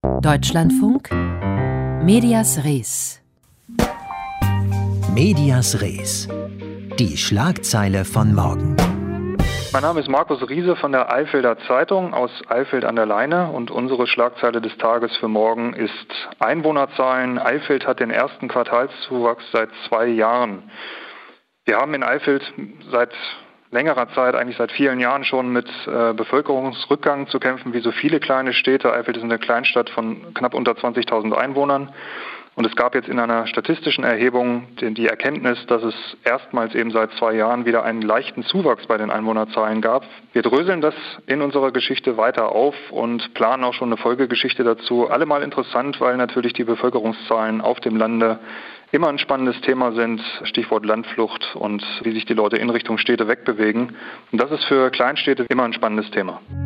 Deutschlandfunk Medias Res. Medias Res. Die Schlagzeile von morgen. Mein Name ist Markus Riese von der Eifelder Zeitung aus Eifeld an der Leine und unsere Schlagzeile des Tages für morgen ist Einwohnerzahlen. Eifeld hat den ersten Quartalszuwachs seit 2 Jahren. Wir haben in Eifeld seit längerer Zeit, eigentlich seit vielen Jahren schon mit Bevölkerungsrückgang zu kämpfen, wie so viele kleine Städte. Eifeld ist eine Kleinstadt von knapp unter 20.000 Einwohnern. Und es gab jetzt in einer statistischen Erhebung die Erkenntnis, dass es erstmals eben seit 2 Jahren wieder einen leichten Zuwachs bei den Einwohnerzahlen gab. Wir dröseln das in unserer Geschichte weiter auf und planen auch schon eine Folgegeschichte dazu. Allemal interessant, weil natürlich die Bevölkerungszahlen auf dem Lande immer ein spannendes Thema sind. Stichwort Landflucht und wie sich die Leute in Richtung Städte wegbewegen. Und das ist für Kleinstädte immer ein spannendes Thema.